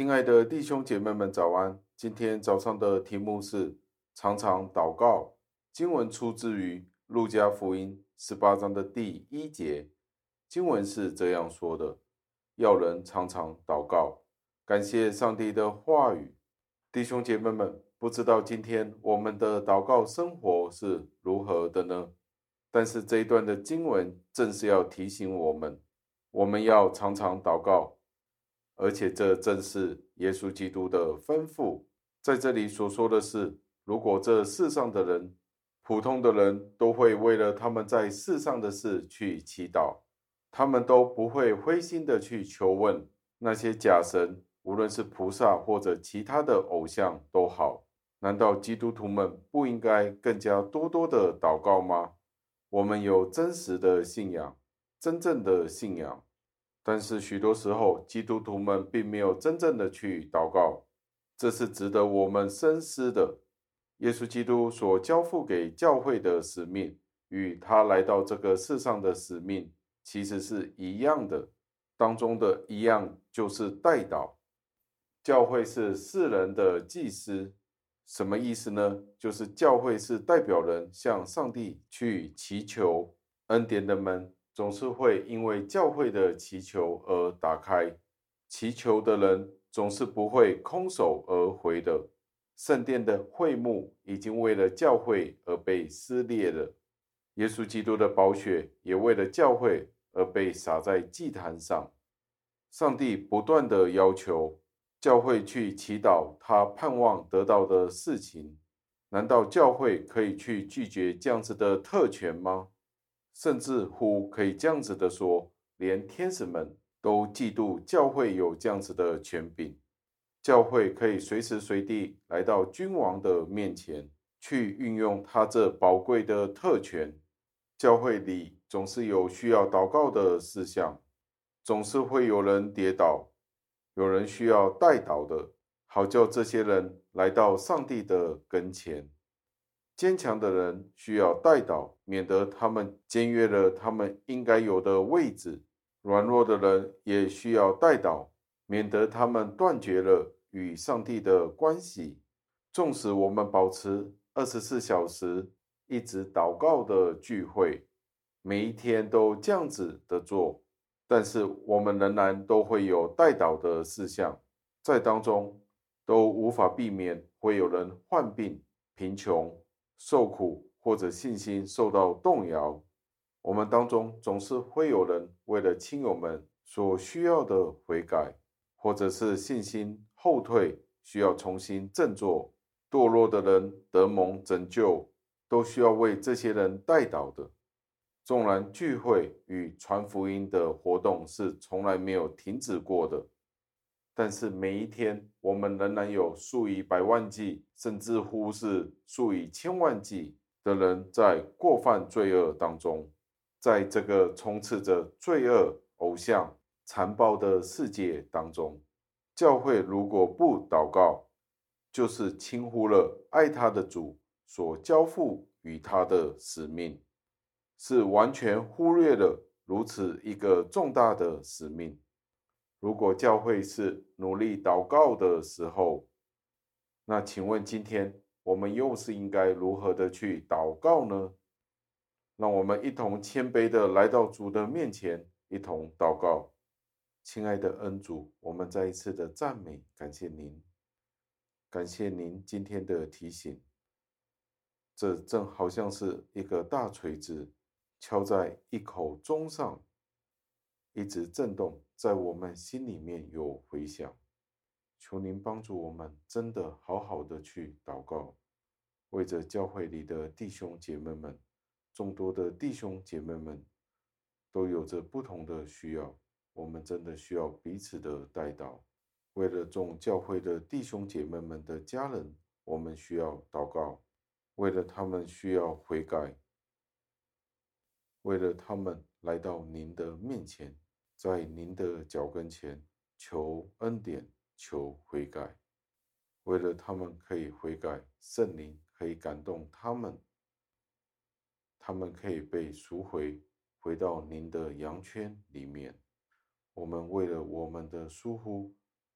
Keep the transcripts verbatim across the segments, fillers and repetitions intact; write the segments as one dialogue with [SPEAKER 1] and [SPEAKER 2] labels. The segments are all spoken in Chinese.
[SPEAKER 1] 亲爱的弟兄姐妹们，早安！今天早上的题目是常常祷告。经文出自于路加福音十八章的第一节。经文是这样说的：要人常常祷告。感谢上帝的话语。弟兄姐妹们，不知道今天我们的祷告生活是如何的呢？但是这一段的经文正是要提醒我们，我们要常常祷告。而且这正是耶稣基督的吩咐。在这里所说的是，如果这世上的人，普通的人都会为了他们在世上的事去祈祷，他们都不会灰心的去求问那些假神，无论是菩萨或者其他的偶像都好。难道基督徒们不应该更加多多的祷告吗？我们有真实的信仰，真正的信仰。但是许多时候，基督徒们并没有真正的去祷告，这是值得我们深思的。耶稣基督所交付给教会的使命，与他来到这个世上的使命其实是一样的，当中的一样就是代祷。教会是世人的祭司，什么意思呢？就是教会是代表人向上帝去祈求恩典的门，总是会因为教会的祈求而打开，祈求的人总是不会空手而回的。圣殿的会幕已经为了教会而被撕裂了，耶稣基督的宝血也为了教会而被洒在祭坛上。上帝不断的要求教会去祈祷他盼望得到的事情，难道教会可以去拒绝这样子的特权吗？甚至乎可以这样子的说，连天使们都嫉妒教会有这样子的权柄。教会可以随时随地来到君王的面前，去运用他这宝贵的特权。教会里总是有需要祷告的事项，总是会有人跌倒，有人需要代祷的，好叫这些人来到上帝的跟前。坚强的人需要代祷，免得他们僭越了他们应该有的位置；软弱的人也需要代祷，免得他们断绝了与上帝的关系。纵使我们保持二十四小时一直祷告的聚会，每一天都这样子的做，但是我们仍然都会有代祷的事项，在当中都无法避免会有人患病、贫穷、受苦，或者信心受到动摇。我们当中总是会有人为了亲友们所需要的悔改，或者是信心后退，需要重新振作。堕落的人得蒙拯救，都需要为这些人代祷的。纵然聚会与传福音的活动是从来没有停止过的，但是每一天我们仍然有数以百万计，甚至乎是数以千万计的人在过犯罪恶当中。在这个充斥着罪恶、偶像、残暴的世界当中，教会如果不祷告，就是轻忽了爱他的主所交付于他的使命，是完全忽略了如此一个重大的使命。如果教会是努力祷告的时候，那请问今天我们又是应该如何的去祷告呢？让我们一同谦卑的来到主的面前，一同祷告。亲爱的恩主，我们再一次的赞美感谢您，感谢您今天的提醒，这正好像是一个大锤子敲在一口钟上，一直震动，在我们心里面有回响。求您帮助我们真的好好的去祷告，为着教会里的弟兄姐妹们，众多的弟兄姐妹们都有着不同的需要，我们真的需要彼此的代祷。为了众教会的弟兄姐妹们的家人，我们需要祷告，为了他们需要悔改，为了他们来到您的面前，在您的脚跟前求恩典，求悔改。为了他们可以悔改，圣灵可以感动他们，他们可以被赎回，回到您的羊圈里面。我们为了我们的疏忽，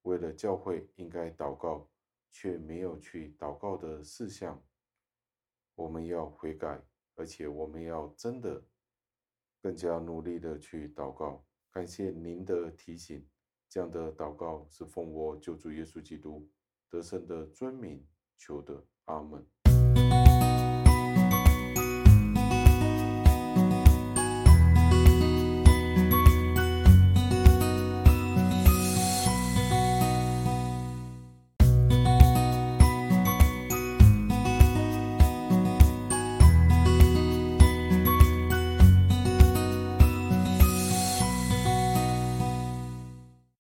[SPEAKER 1] 为了教会应该祷告，却没有去祷告的事项，我们要悔改，而且我们要真的更加努力的去祷告。感谢您的提醒，这样的祷告是奉我救主耶稣基督得胜的尊名求的，阿门。